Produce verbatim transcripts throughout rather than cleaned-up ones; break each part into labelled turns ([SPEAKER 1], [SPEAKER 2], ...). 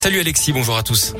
[SPEAKER 1] Salut Alexis, bonjour à tous.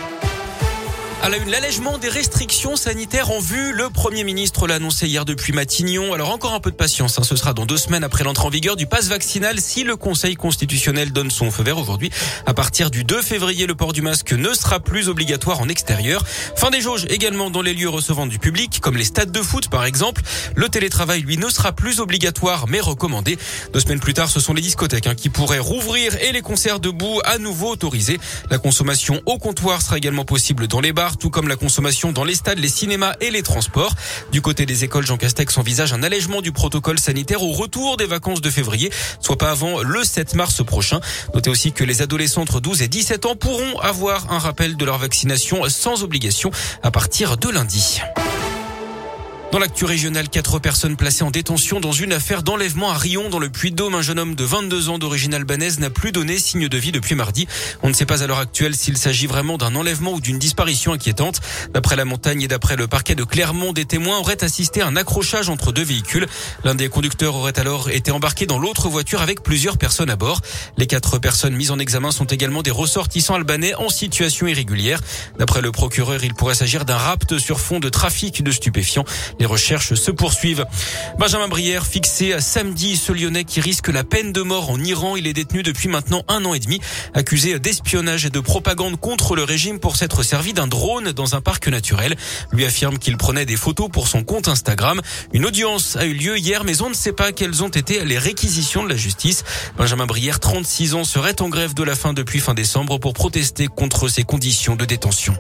[SPEAKER 1] À la une, l'allègement des restrictions sanitaires en vue. Le Premier ministre l'a annoncé hier depuis Matignon. Alors encore un peu de patience, hein. Ce sera dans deux semaines après l'entrée en vigueur du pass vaccinal si le Conseil constitutionnel donne son feu vert aujourd'hui. À partir du deux février, le port du masque ne sera plus obligatoire en extérieur. Fin des jauges également dans les lieux recevant du public, comme les stades de foot par exemple. Le télétravail, lui, ne sera plus obligatoire mais recommandé. Deux semaines plus tard, ce sont les discothèques hein, qui pourraient rouvrir et les concerts debout à nouveau autorisés. La consommation au comptoir sera également possible dans les bars, tout comme la consommation dans les stades, les cinémas et les transports. Du côté des écoles, Jean Castex envisage un allègement du protocole sanitaire au retour des vacances de février, soit pas avant le sept mars prochain. Notez aussi que les adolescents entre douze et dix-sept ans pourront avoir un rappel de leur vaccination sans obligation à partir de lundi. Dans l'actu régionale, quatre personnes placées en détention dans une affaire d'enlèvement à Riom, dans le Puy-de-Dôme. Un jeune homme de vingt-deux ans d'origine albanaise n'a plus donné signe de vie depuis mardi. On ne sait pas à l'heure actuelle s'il s'agit vraiment d'un enlèvement ou d'une disparition inquiétante. D'après La Montagne et d'après le parquet de Clermont, des témoins auraient assisté à un accrochage entre deux véhicules. L'un des conducteurs aurait alors été embarqué dans l'autre voiture avec plusieurs personnes à bord. Les quatre personnes mises en examen sont également des ressortissants albanais en situation irrégulière. D'après le procureur, il pourrait s'agir d'un rapt sur fond de trafic de stupéfiants. Les recherches se poursuivent. Benjamin Brière, fixé à samedi, ce Lyonnais qui risque la peine de mort en Iran. Il est détenu depuis maintenant un an et demi, accusé d'espionnage et de propagande contre le régime pour s'être servi d'un drone dans un parc naturel. Lui affirme qu'il prenait des photos pour son compte Instagram. Une audience a eu lieu hier, mais on ne sait pas quelles ont été les réquisitions de la justice. Benjamin Brière, trente-six ans, serait en grève de la faim depuis fin décembre pour protester contre ces conditions de détention.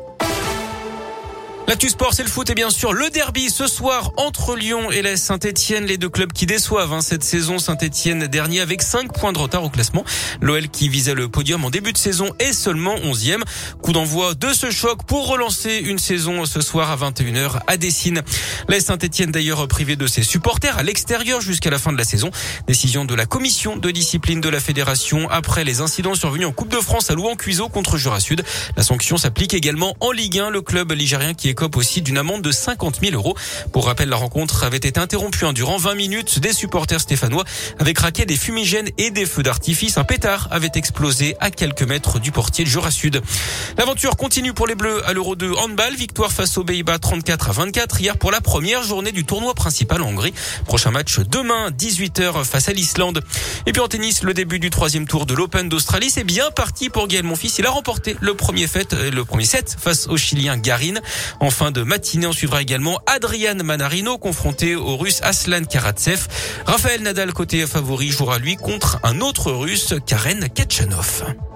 [SPEAKER 1] L'actu sport, c'est le foot et bien sûr le derby ce soir entre Lyon et l'A S Saint-Etienne. Les deux clubs qui déçoivent hein, cette saison. Saint-Etienne dernier avec cinq points de retard au classement. L'O L qui visait le podium en début de saison est seulement onzième. Coup d'envoi de ce choc pour relancer une saison ce soir à vingt et une heures à Dessines. L'A S Saint-Etienne d'ailleurs privé de ses supporters à l'extérieur jusqu'à la fin de la saison. Décision de la commission de discipline de la fédération après les incidents survenus en Coupe de France à Louan-Cuiseaux contre Jura Sud. La sanction s'applique également en Ligue un. Le club ligérien qui écope aussi d'une amende de cinquante mille euros. Pour rappel, la rencontre avait été interrompue hein, durant vingt minutes. Des supporters stéphanois avaient craqué des fumigènes et des feux d'artifice. Un pétard avait explosé à quelques mètres du portier de Jura Sud. L'aventure continue pour les Bleus à l'Euro deux handball. Victoire face aux Pays-Bas trente-quatre à vingt-quatre hier pour la première journée du tournoi principal en Hongrie. Prochain match demain, dix-huit heures face à l'Islande. Et puis en tennis, le début du troisième tour de l'Open d'Australie. C'est bien parti pour Gaël Monfils. Il a remporté le premier, fait, le premier set face au Chilien Garin. En fin de matinée, on suivra également Adrian Manarino confronté au Russe Aslan Karatsev. Raphaël Nadal, côté favori, jouera lui contre un autre Russe, Karen Khachanov.